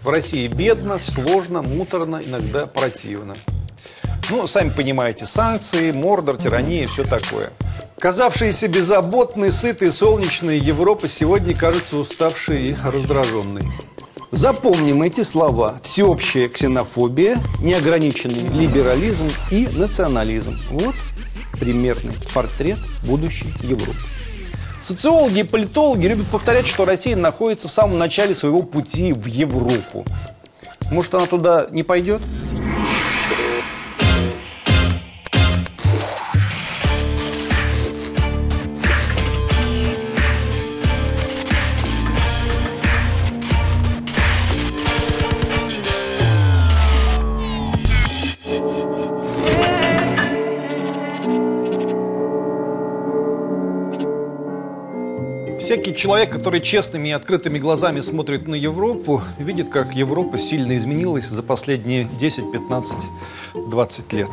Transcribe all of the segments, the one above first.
В России бедно, сложно, муторно, иногда противно. Ну, сами понимаете, санкции, мордор, тирания и все такое. Казавшаяся беззаботной, сытой, солнечной Европа сегодня кажется уставшей и раздраженной. Запомним эти слова: всеобщая ксенофобия, неограниченный либерализм и национализм. Вот примерный портрет будущей Европы. Социологи и политологи любят повторять, что Россия находится в самом начале своего пути в Европу. Может, она туда не пойдет? Всякий человек, который честными и открытыми глазами смотрит на Европу, видит, как Европа сильно изменилась за последние 10, 15, 20 лет.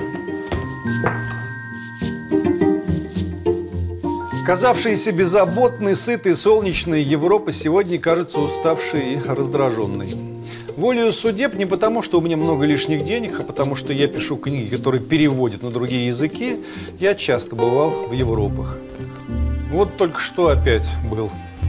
Казавшаяся беззаботной, сытой, солнечной Европа сегодня кажется уставшей и раздраженной. Волею судеб не потому, что у меня много лишних денег, а потому что я пишу книги, которые переводят на другие языки, я часто бывал в Европах. Вот только что опять был.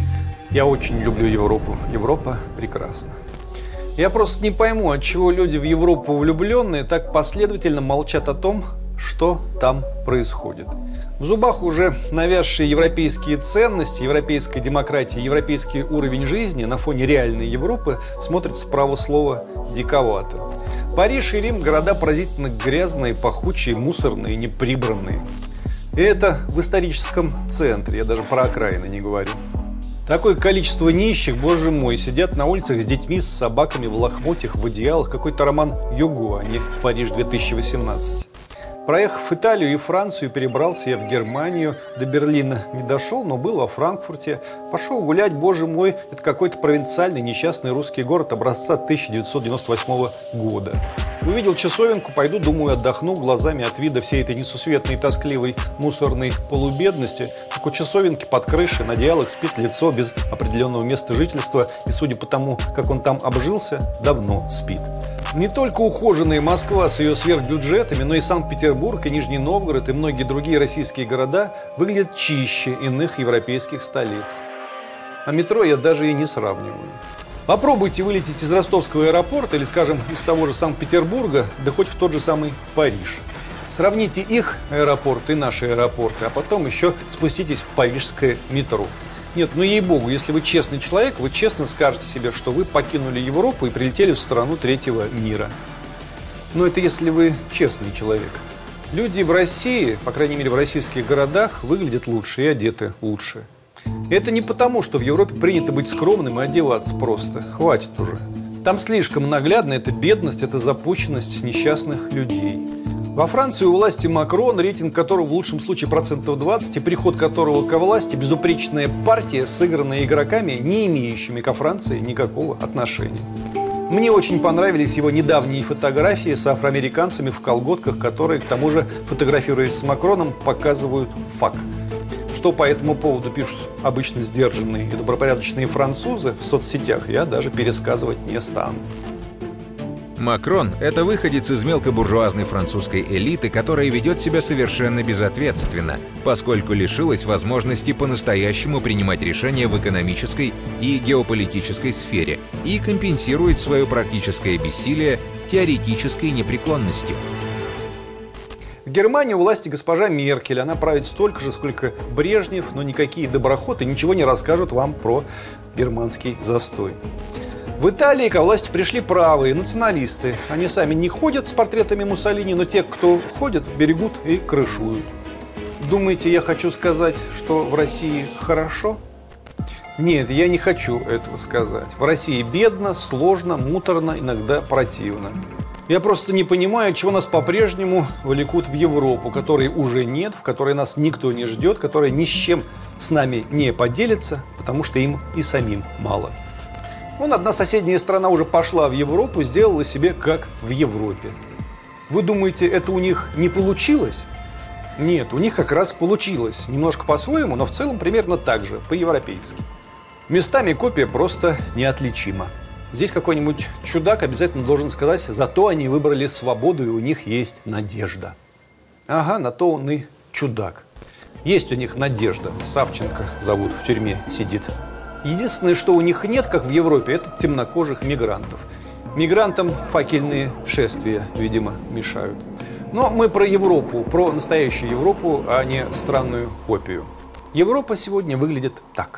Я очень люблю Европу. Европа прекрасна. Я просто не пойму, отчего люди в Европу влюбленные так последовательно молчат о том, что там происходит. В зубах уже навязшие европейские ценности, европейская демократия, европейский уровень жизни на фоне реальной Европы смотрится, право слова, диковато. Париж и Рим – города поразительно грязные, пахучие, мусорные, неприбранные. И это в историческом центре, я даже про окраины не говорю. Такое количество нищих, боже мой, сидят на улицах с детьми, с собаками, в лохмотьях, в одеялах. Какой-то роман Юго, а не Париж 2018. Проехав Италию и Францию, перебрался я в Германию. До Берлина не дошел, но был во Франкфурте. Пошел гулять, боже мой, это какой-то провинциальный несчастный русский город образца 1998 года. Увидел часовенку, пойду, думаю, отдохну глазами от вида всей этой несусветной, тоскливой, мусорной полубедности. Так у часовенки под крышей на одеялах спит лицо без определенного места жительства, и, судя по тому, как он там обжился, давно спит. Не только ухоженная Москва с ее сверхбюджетами, но и Санкт-Петербург, и Нижний Новгород, и многие другие российские города выглядят чище иных европейских столиц. А метро я даже и не сравниваю. Попробуйте вылететь из ростовского аэропорта или, скажем, из того же Санкт-Петербурга, да хоть в тот же самый Париж. Сравните их аэропорты и наши аэропорты, а потом еще спуститесь в парижское метро. Нет, ну ей-богу, если вы честный человек, вы честно скажете себе, что вы покинули Европу и прилетели в страну третьего мира. Но это если вы честный человек. Люди в России, по крайней мере в российских городах, выглядят лучше и одеты лучше. И это не потому, что в Европе принято быть скромным и одеваться просто. Хватит уже. Там слишком наглядно эта бедность, эта запущенность несчастных людей. Во Франции у власти Макрон, рейтинг которого в лучшем случае 20%, и приход которого ко власти безупречная партия, сыгранная игроками, не имеющими ко Франции никакого отношения. Мне очень понравились его недавние фотографии с афроамериканцами в колготках, которые, к тому же, фотографируясь с Макроном, показывают факт. Что по этому поводу пишут обычно сдержанные и добропорядочные французы в соцсетях, я даже пересказывать не стану. Макрон – это выходец из мелкобуржуазной французской элиты, которая ведет себя совершенно безответственно, поскольку лишилась возможности по-настоящему принимать решения в экономической и геополитической сфере и компенсирует свое практическое бессилие теоретической непреклонностью. В Германии у власти госпожа Меркель. Она правит столько же, сколько Брежнев, но никакие доброходы ничего не расскажут вам про германский застой. В Италии ко власти пришли правые националисты. Они сами не ходят с портретами Муссолини, но те, кто ходят, берегут и крышуют. Думаете, я хочу сказать, что в России хорошо? Нет, я не хочу этого сказать. В России бедно, сложно, муторно, иногда противно. Я просто не понимаю, чего нас по-прежнему влекут в Европу, которой уже нет, в которой нас никто не ждет, которая ни с чем с нами не поделится, потому что им и самим мало. Вон одна соседняя страна уже пошла в Европу, сделала себе как в Европе. Вы думаете, это у них не получилось? Нет, у них как раз получилось. Немножко по-своему, но в целом примерно так же, по-европейски. Местами копия просто неотличима. Здесь какой-нибудь чудак обязательно должен сказать: зато они выбрали свободу, и у них есть надежда. Ага, на то он и чудак. Есть у них надежда. Савченко зовут, в тюрьме сидит. Единственное, что у них нет, как в Европе, это темнокожих мигрантов. Мигрантам факельные шествия, видимо, мешают. Но мы про Европу, про настоящую Европу, а не странную копию. Европа сегодня выглядит так.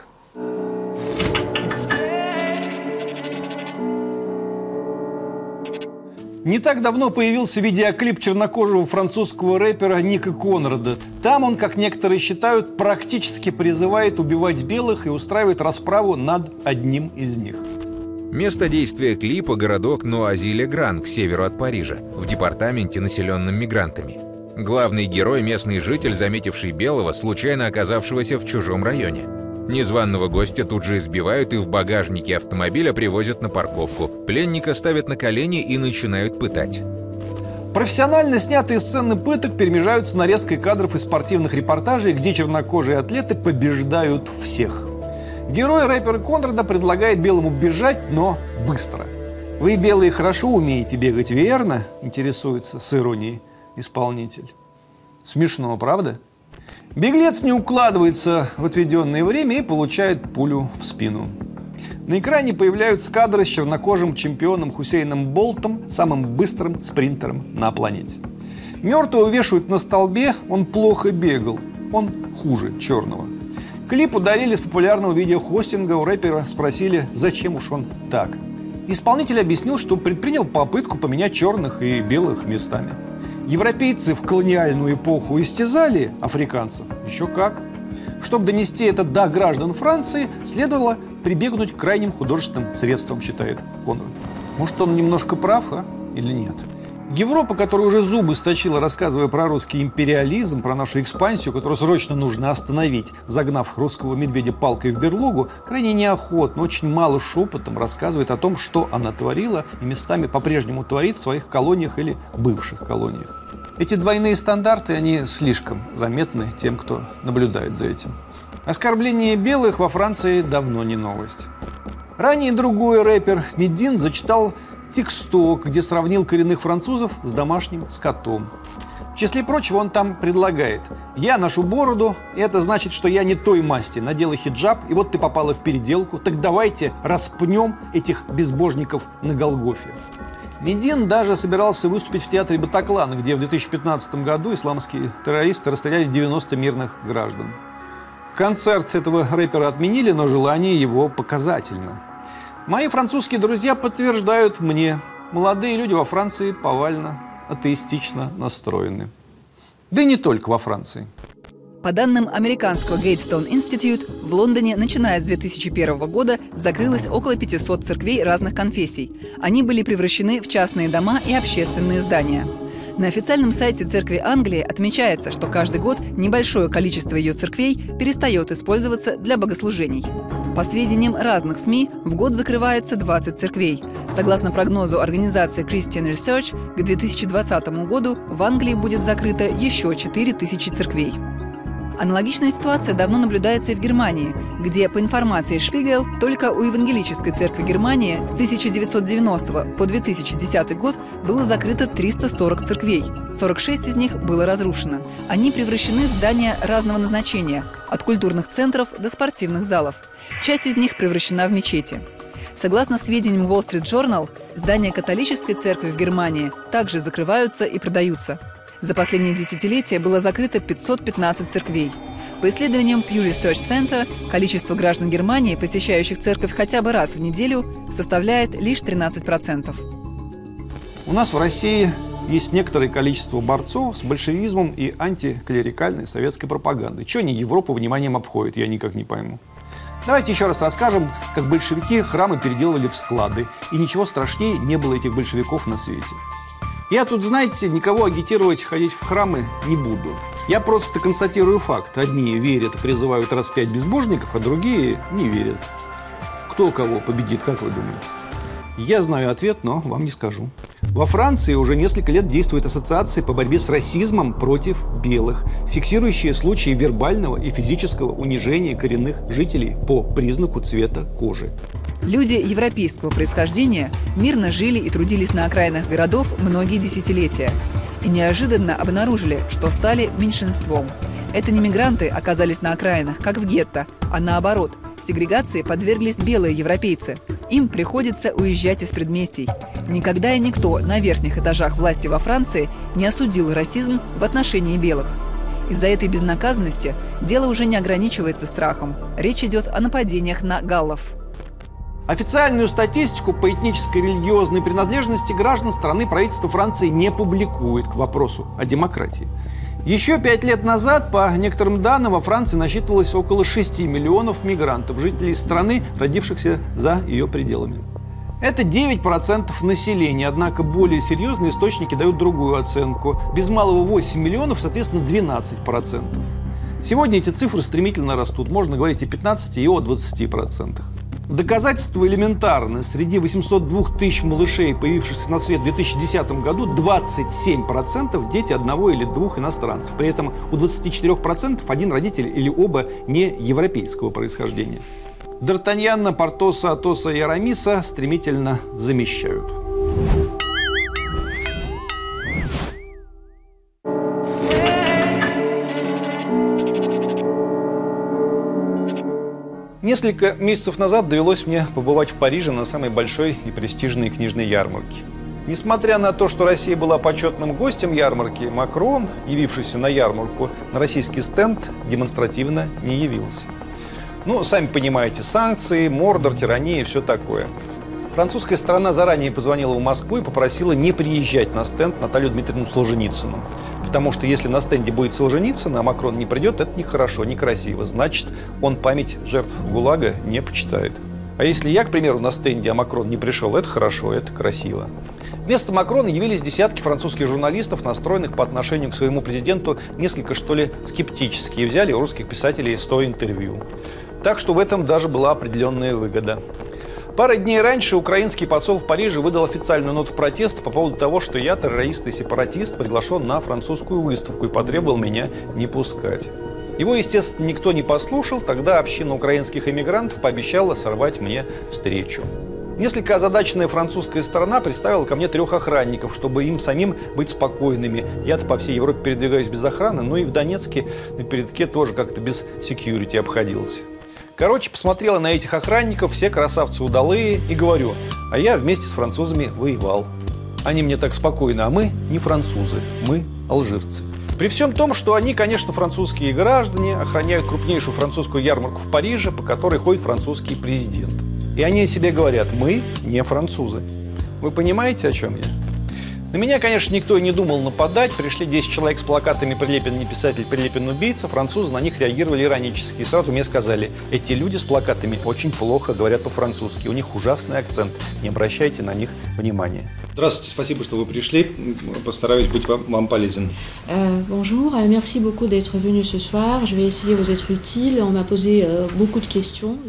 Не так давно появился видеоклип чернокожего французского рэпера Ника Конрада. Там он, как некоторые считают, практически призывает убивать белых и устраивает расправу над одним из них. Место действия клипа – городок Нуази-ле-Гран к северу от Парижа, в департаменте, населенном мигрантами. Главный герой – местный житель, заметивший белого, случайно оказавшегося в чужом районе. Незваного гостя тут же избивают и в багажнике автомобиля привозят на парковку. Пленника ставят на колени и начинают пытать. Профессионально снятые сцены пыток перемежаются нарезкой кадров из спортивных репортажей, где чернокожие атлеты побеждают всех. Герой рэпера Конрада предлагает белому бежать, но быстро. «Вы, белые, хорошо умеете бегать, верно?» – интересуется с иронией исполнитель. Смешно, правда? Беглец не укладывается в отведенное время и получает пулю в спину. На экране появляются кадры с чернокожим чемпионом Хусейном Болтом, самым быстрым спринтером на планете. Мертвого вешают на столбе, он плохо бегал, он хуже черного. Клип удалили с популярного видеохостинга, у рэпера спросили, зачем уж он так. Исполнитель объяснил, что предпринял попытку поменять черных и белых местами. Европейцы в колониальную эпоху истязали африканцев? Еще как. Чтобы донести это до граждан Франции, следовало прибегнуть к крайним художественным средствам, считает Конрад. Может, он немножко прав, или нет? Европа, которая уже зубы сточила, рассказывая про русский империализм, про нашу экспансию, которую срочно нужно остановить, загнав русского медведя палкой в берлогу, крайне неохотно, очень мало шепотом рассказывает о том, что она творила и местами по-прежнему творит в своих колониях или бывших колониях. Эти двойные стандарты, они слишком заметны тем, кто наблюдает за этим. Оскорбление белых во Франции давно не новость. Ранее другой рэпер Медин зачитал тексток, где сравнил коренных французов с домашним скотом. В числе прочего он там предлагает: «Я ношу бороду, и это значит, что я не той масти, надела хиджаб, и вот ты попала в переделку, так давайте распнем этих безбожников на Голгофе». Медин даже собирался выступить в театре Батаклана, где в 2015 году исламские террористы расстреляли 90 мирных граждан. Концерт этого рэпера отменили, но желание его показательно. Мои французские друзья подтверждают мне: молодые люди во Франции повально атеистично настроены. Да и не только во Франции. По данным американского Gatestone Institute, в Лондоне, начиная с 2001 года, закрылось около 500 церквей разных конфессий. Они были превращены в частные дома и общественные здания. На официальном сайте Церкви Англии отмечается, что каждый год небольшое количество ее церквей перестает использоваться для богослужений. По сведениям разных СМИ, в год закрывается 20 церквей. Согласно прогнозу организации Christian Research, к 2020 году в Англии будет закрыто еще 4000 церквей. Аналогичная ситуация давно наблюдается и в Германии, где, по информации Шпигель, только у Евангелической церкви Германии с 1990 по 2010 год было закрыто 340 церквей. 46 из них было разрушено. Они превращены в здания разного назначения, от культурных центров до спортивных залов. Часть из них превращена в мечети. Согласно сведениям Wall Street Journal, здания католической церкви в Германии также закрываются и продаются. За последние десятилетия было закрыто 515 церквей. По исследованиям Pew Research Center, количество граждан Германии, посещающих церковь хотя бы раз в неделю, составляет лишь 13%. У нас в России есть некоторое количество борцов с большевизмом и антиклерикальной советской пропагандой. Чего они Европу вниманием обходят, я никак не пойму. Давайте еще раз расскажем, как большевики храмы переделывали в склады, и ничего страшнее не было этих большевиков на свете. Я тут, знаете, никого агитировать ходить в храмы не буду. Я просто констатирую факт. Одни верят и призывают распять безбожников, а другие не верят. Кто кого победит, как вы думаете? Я знаю ответ, но вам не скажу. Во Франции уже несколько лет действует ассоциация по борьбе с расизмом против белых, фиксирующая случаи вербального и физического унижения коренных жителей по признаку цвета кожи. Люди европейского происхождения мирно жили и трудились на окраинах городов многие десятилетия. И неожиданно обнаружили, что стали меньшинством. Это не мигранты оказались на окраинах, как в гетто, а наоборот. Сегрегации подверглись белые европейцы. Им приходится уезжать из предместий. Никогда и никто на верхних этажах власти во Франции не осудил расизм в отношении белых. Из-за этой безнаказанности дело уже не ограничивается страхом. Речь идет о нападениях на галлов. Официальную статистику по этнической и религиозной принадлежности граждан страны правительство Франции не публикует к вопросу о демократии. Еще 5 лет назад, по некоторым данным, во Франции насчитывалось около 6 миллионов мигрантов, жителей страны, родившихся за ее пределами. Это 9% населения, однако более серьезные источники дают другую оценку. Без малого 8 миллионов, соответственно, 12%. Сегодня эти цифры стремительно растут, можно говорить и 15, и о 20%. Доказательство элементарное. Среди 802 тысяч малышей, появившихся на свет в 2010 году, 27% дети одного или двух иностранцев. При этом у 24% один родитель или оба не европейского происхождения. Д'Артаньяна, Портоса, Атоса и Арамиса стремительно замещают. Несколько месяцев назад довелось мне побывать в Париже на самой большой и престижной книжной ярмарке. Несмотря на то, что Россия была почетным гостем ярмарки, Макрон, явившийся на ярмарку, на российский стенд демонстративно не явился. Ну, сами понимаете, санкции, мордор, тирания и все такое. Французская сторона заранее позвонила в Москву и попросила не приезжать на стенд Наталью Дмитриевну Солженицыну. Потому что если на стенде будет Солженицын, а Макрон не придет, это нехорошо, некрасиво. Значит, он память жертв ГУЛАГа не почитает. А если я, к примеру, на стенде, а Макрон не пришел, это хорошо, это красиво. Вместо Макрона явились десятки французских журналистов, настроенных по отношению к своему президенту несколько, что ли, скептически, и взяли у русских писателей 100 интервью. Так что в этом даже была определенная выгода. Пару дней раньше украинский посол в Париже выдал официальную ноту протеста по поводу того, что я, террорист и сепаратист, приглашен на французскую выставку и потребовал меня не пускать. Его, естественно, никто не послушал, тогда община украинских эмигрантов пообещала сорвать мне встречу. Несколько озадаченная французская сторона представила ко мне 3 охранников, чтобы им самим быть спокойными. Я-то по всей Европе передвигаюсь без охраны, но и в Донецке на передке тоже как-то без секьюрити обходился. Короче, посмотрела на этих охранников, все красавцы удалые, и говорю, а я вместе с французами воевал. Они мне так спокойно, а мы не французы, мы алжирцы. При всем том, что они, конечно, французские граждане, охраняют крупнейшую французскую ярмарку в Париже, по которой ходит французский президент. И они о себе говорят, мы не французы. Вы понимаете, о чем я? На меня, конечно, никто и не думал нападать. Пришли 10 человек с плакатами «Прилепин не писатель, Прилепин убийца». Французы на них реагировали иронически. И сразу мне сказали, эти люди с плакатами очень плохо говорят по-французски. У них ужасный акцент. Не обращайте на них внимания. Здравствуйте, спасибо, что вы пришли. Постараюсь быть вам полезен. Bonjour, merci beaucoup d'être venu ce soir. Je vais essayer de vous être utile. On m'a posé beaucoup de questions.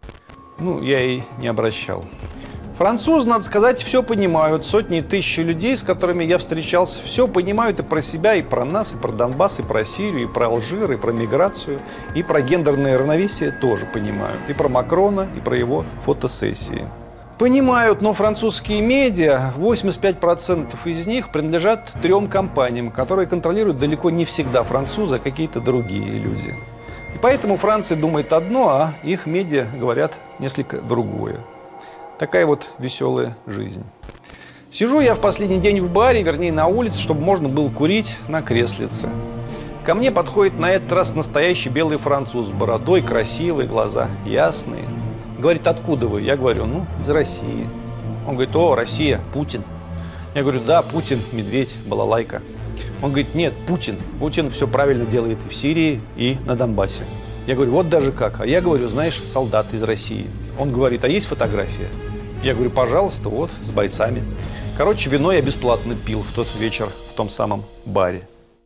Ну, я и не обращал. Французы, надо сказать, все понимают. Сотни тысяч людей, с которыми я встречался, все понимают и про себя, и про нас, и про Донбасс, и про Сирию, и про Алжир, и про миграцию, и про гендерное равновесие тоже понимают. И про Макрона, и про его фотосессии. Понимают, но французские медиа, 85% из них принадлежат 3 компаниям, которые контролируют далеко не всегда французы, а какие-то другие люди. И поэтому Франция думает одно, а их медиа говорят несколько другое. Такая вот веселая жизнь. Сижу я в последний день в баре, вернее на улице, чтобы можно было курить на креслице. Ко мне подходит на этот раз настоящий белый француз с бородой, красивые глаза, ясные. Говорит, откуда вы? Я говорю, ну, из России. Он говорит, о, Россия, Путин. Я говорю, да, Путин, медведь, балалайка. Он говорит, нет, Путин. Путин все правильно делает и в Сирии, и на Донбассе. Я говорю, вот даже как. А я говорю, знаешь, солдат из России. Он говорит, а есть фотография? Я говорю, пожалуйста, вот, с бойцами. Короче, вино я бесплатно пил в тот вечер в том самом баре.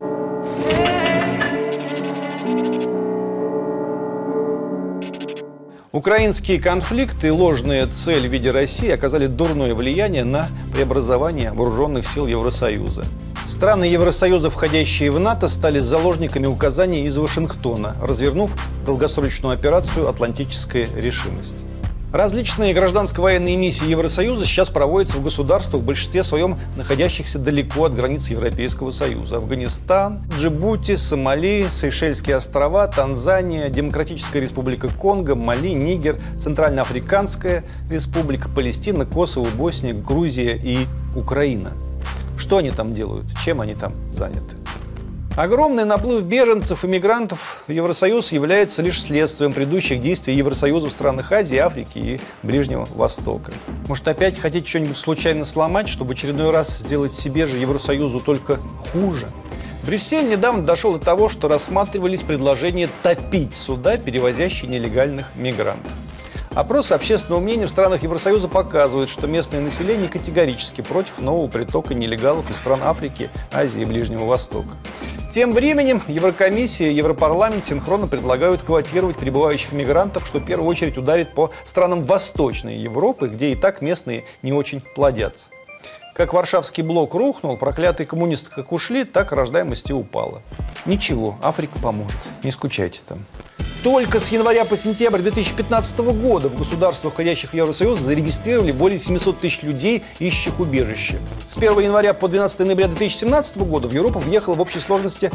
Украинские конфликты и ложная цель в виде России оказали дурное влияние на преобразование вооруженных сил Евросоюза. Страны Евросоюза, входящие в НАТО, стали заложниками указаний из Вашингтона, развернув долгосрочную операцию «Атлантическая решимость». Различные гражданско-военные миссии Евросоюза сейчас проводятся в государствах, в большинстве своем находящихся далеко от границ Европейского Союза. Афганистан, Джибути, Сомали, Сейшельские острова, Танзания, Демократическая Республика Конго, Мали, Нигер, Центральноафриканская Республика, Палестина, Косово, Босния, Грузия и Украина. Что они там делают? Чем они там заняты? Огромный наплыв беженцев и мигрантов в Евросоюз является лишь следствием предыдущих действий Евросоюза в странах Азии, Африки и Ближнего Востока. Может, опять хотите что-нибудь случайно сломать, чтобы в очередной раз сделать себе же Евросоюзу только хуже? Брюссель недавно дошел до того, что рассматривались предложения топить суда, перевозящие нелегальных мигрантов. Опросы общественного мнения в странах Евросоюза показывают, что местное население категорически против нового притока нелегалов из стран Африки, Азии и Ближнего Востока. Тем временем Еврокомиссия и Европарламент синхронно предлагают квотировать прибывающих мигрантов, что в первую очередь ударит по странам Восточной Европы, где и так местные не очень плодятся. Как Варшавский блок рухнул, проклятые коммунисты как ушли, так рождаемость и упала. Ничего, Африка поможет, не скучайте там. Только с января по сентябрь 2015 года в государствах, входящих в Евросоюз, зарегистрировали более 700 тысяч людей, ищущих убежище. С 1 января по 12 ноября 2017 года в Европу въехало в общей сложности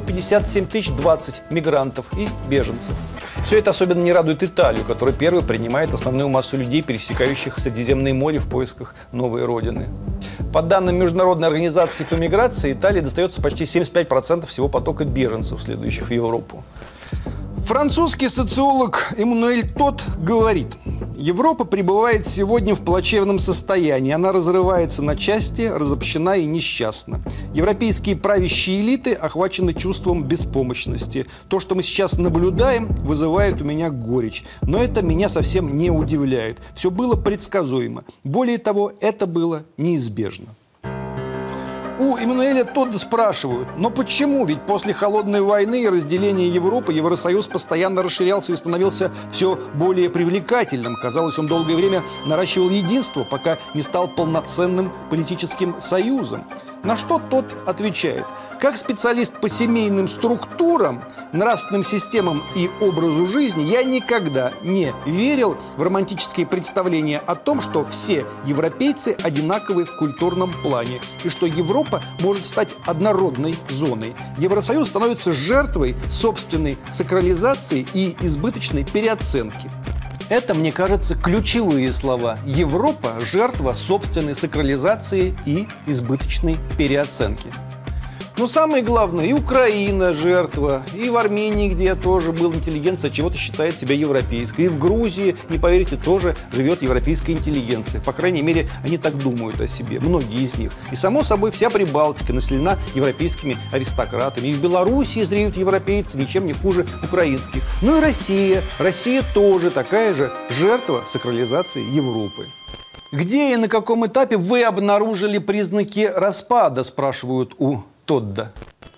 157 020 мигрантов и беженцев. Все это особенно не радует Италию, которая первой принимает основную массу людей, пересекающих Средиземное море в поисках новой родины. По данным Международной организации по миграции, Италии достается почти 75% всего потока беженцев, следующих в Европу. Французский социолог Эммануэль Тодд говорит: Европа пребывает сегодня в плачевном состоянии. Она разрывается на части, разобщена и несчастна. Европейские правящие элиты охвачены чувством беспомощности. То, что мы сейчас наблюдаем, вызывает у меня горечь. Но это меня совсем не удивляет. Все было предсказуемо. Более того, это было неизбежно. У Эммануэля Тодда спрашивают: но почему? Ведь после холодной войны и разделения Европы Евросоюз постоянно расширялся и становился все более привлекательным. Казалось, он долгое время наращивал единство, пока не стал полноценным политическим союзом. На что тот отвечает: как специалист по семейным структурам, нравственным системам и образу жизни, я никогда не верил в романтические представления о том, что все европейцы одинаковы в культурном плане и что Европа может стать однородной зоной. Евросоюз становится жертвой собственной сакрализации и избыточной переоценки. Это, мне кажется, ключевые слова. Европа – жертва собственной сакрализации и избыточной переоценки. Но самое главное, и Украина жертва, и в Армении, где я тоже был, интеллигенция чего-то считает себя европейской, и в Грузии, не поверите, тоже живет европейская интеллигенция. По крайней мере, они так думают о себе, многие из них. И, само собой, вся Прибалтика населена европейскими аристократами. И в Белоруссии зреют европейцы ничем не хуже украинских. Ну и Россия. Россия тоже такая же жертва сакрализации Европы. Где и на каком этапе вы обнаружили признаки распада, спрашивают у Тодда.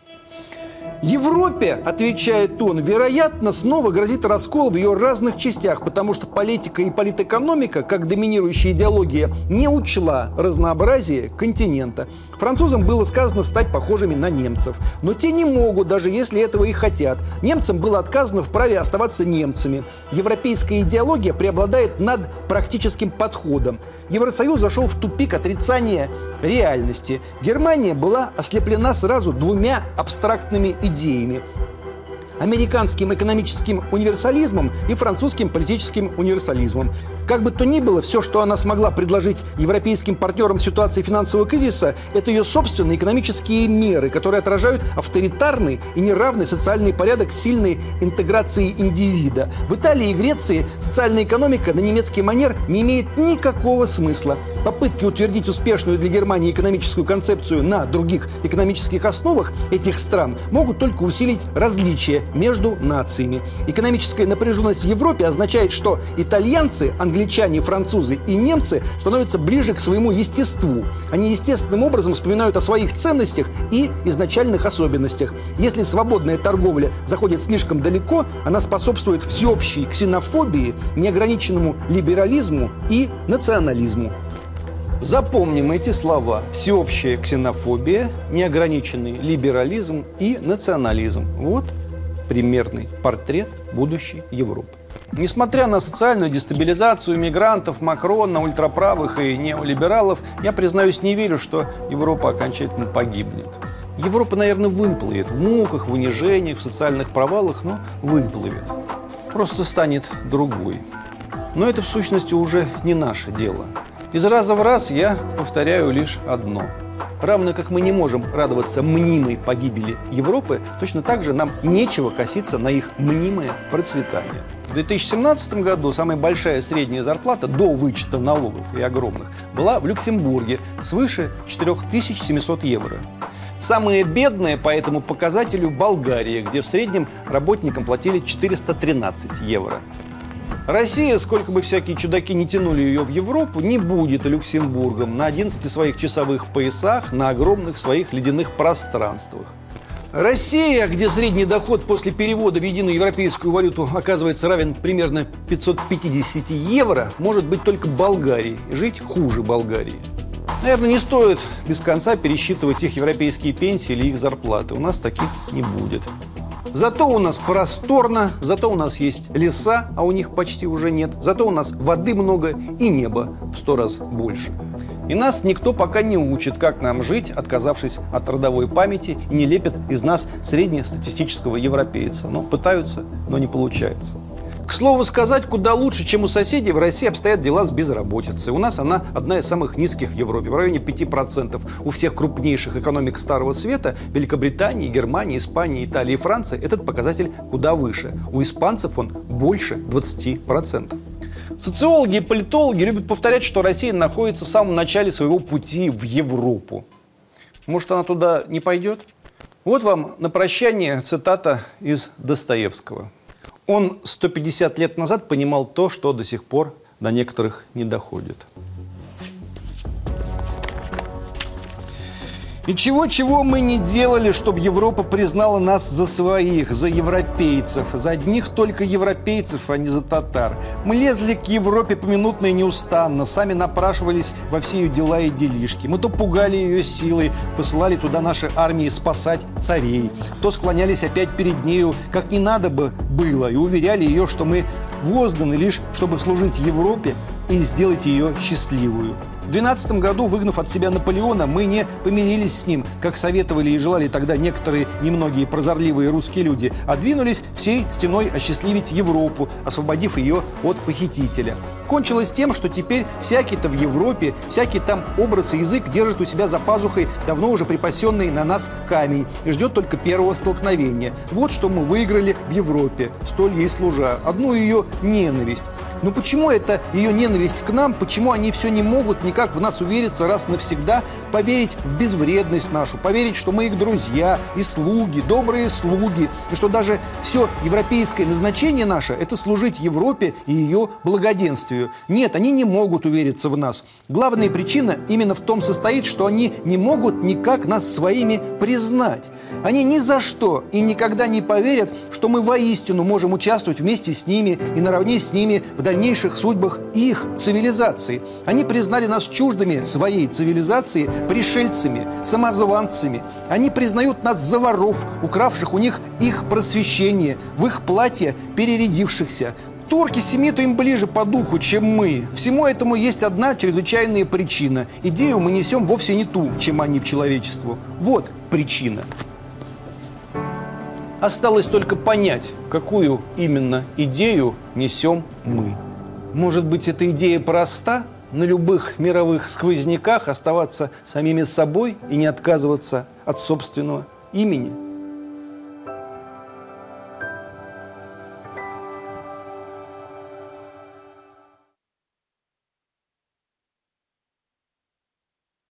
Европе, отвечает он, вероятно, снова грозит раскол в ее разных частях, потому что политика и политэкономика, как доминирующая идеология, не учла разнообразие континента. Французам было сказано стать похожими на немцев, но те не могут, даже если этого и хотят. Немцам было отказано в праве оставаться немцами. Европейская идеология преобладает над практическим подходом. Евросоюз зашел в тупик отрицания реальности. Германия была ослеплена сразу двумя абстрактными идеями: американским экономическим универсализмом и французским политическим универсализмом. Как бы то ни было, все, что она смогла предложить европейским партнерам в ситуации финансового кризиса, это ее собственные экономические меры, которые отражают авторитарный и неравный социальный порядок сильной интеграции индивида. В Италии и Греции социальная экономика на немецкий манер не имеет никакого смысла. Попытки утвердить успешную для Германии экономическую концепцию на других экономических основах этих стран могут только усилить различия между нациями. Экономическая напряженность в Европе означает, что итальянцы, англичане, французы и немцы становятся ближе к своему естеству. Они естественным образом вспоминают о своих ценностях и изначальных особенностях. Если свободная торговля заходит слишком далеко, она способствует всеобщей ксенофобии, неограниченному либерализму и национализму. Запомним эти слова: всеобщая ксенофобия, неограниченный либерализм и национализм. Вот примерный портрет будущей Европы. Несмотря на социальную дестабилизацию мигрантов, Макрона, ультраправых и неолибералов, я, признаюсь, не верю, что Европа окончательно погибнет. Европа, наверное, выплывет в муках, в унижениях, в социальных провалах, но выплывет. Просто станет другой. Но это, в сущности, уже не наше дело. Из раза в раз я повторяю лишь одно. Равно как мы не можем радоваться мнимой погибели Европы, точно так же нам нечего коситься на их мнимое процветание. В 2017 году самая большая средняя зарплата до вычета налогов и огромных была в Люксембурге свыше 4700 евро. Самые бедные по этому показателю Болгария, где в среднем работникам платили 413 евро. Россия, сколько бы всякие чудаки не тянули ее в Европу, не будет Люксембургом на 11 своих часовых поясах, на огромных своих ледяных пространствах. Россия, где средний доход после перевода в единую европейскую валюту оказывается равен примерно 550 евро, может быть только Болгарией, жить хуже Болгарии. Наверное, не стоит без конца пересчитывать их европейские пенсии или их зарплаты. У нас таких не будет. Зато у нас просторно, зато у нас есть леса, а у них почти уже нет. Зато у нас воды много и неба в 100 раз больше. И нас никто пока не учит, как нам жить, отказавшись от родовой памяти, и не лепят из нас среднестатистического европейца. Но пытаются, но не получается. К слову сказать, куда лучше, чем у соседей, в России обстоят дела с безработицей. У нас она одна из самых низких в Европе, в районе 5%. У всех крупнейших экономик Старого Света, Великобритании, Германии, Испании, Италии и Франции, этот показатель куда выше. У испанцев он больше 20%. Социологи и политологи любят повторять, что Россия находится в самом начале своего пути в Европу. Может, она туда не пойдет? Вот вам на прощание цитата из Достоевского. Он 150 лет назад понимал то, что до сих пор до некоторых не доходит. И чего-чего мы не делали, чтобы Европа признала нас за своих, за европейцев, за одних только европейцев, а не за татар. Мы лезли к Европе поминутно и неустанно, сами напрашивались во все ее дела и делишки. Мы то пугали ее силой, посылали туда наши армии спасать царей, то склонялись опять перед нею, как не надо бы было, и уверяли ее, что мы возданы лишь, чтобы служить Европе и сделать ее счастливую. В 12 году, выгнав от себя Наполеона, мы не помирились с ним, как советовали и желали тогда некоторые немногие прозорливые русские люди, а двинулись всей стеной осчастливить Европу, освободив ее от похитителя. Кончилось тем, что теперь всякий-то в Европе, всякий там образ и язык держит у себя за пазухой давно уже припасенный на нас камень и ждет только первого столкновения. Вот что мы выиграли в Европе, столь ей служа, одну ее ненависть. Но почему это ее ненависть к нам, почему они все не могут никак в нас увериться раз навсегда, поверить в безвредность нашу, поверить, что мы их друзья и слуги, добрые слуги, и что даже все европейское назначение наше – это служить Европе и ее благоденствию. Нет, они не могут увериться в нас. Главная причина именно в том состоит, что они не могут никак нас своими признать. Они ни за что и никогда не поверят, что мы воистину можем участвовать вместе с ними и наравне с ними в дальнейших судьбах их цивилизации. Они признали нас чуждыми своей цивилизации пришельцами, самозванцами. Они признают нас за воров, укравших у них их просвещение, в их платье перерядившихся. Турки, семиты им ближе по духу, чем мы. Всему этому есть одна чрезвычайная причина. Идею мы несем вовсе не ту, чем они в человечеству. Вот причина. Осталось только понять, какую именно идею несем мы. Может быть, эта идея проста? На любых мировых сквозняках оставаться самими собой и не отказываться от собственного имени?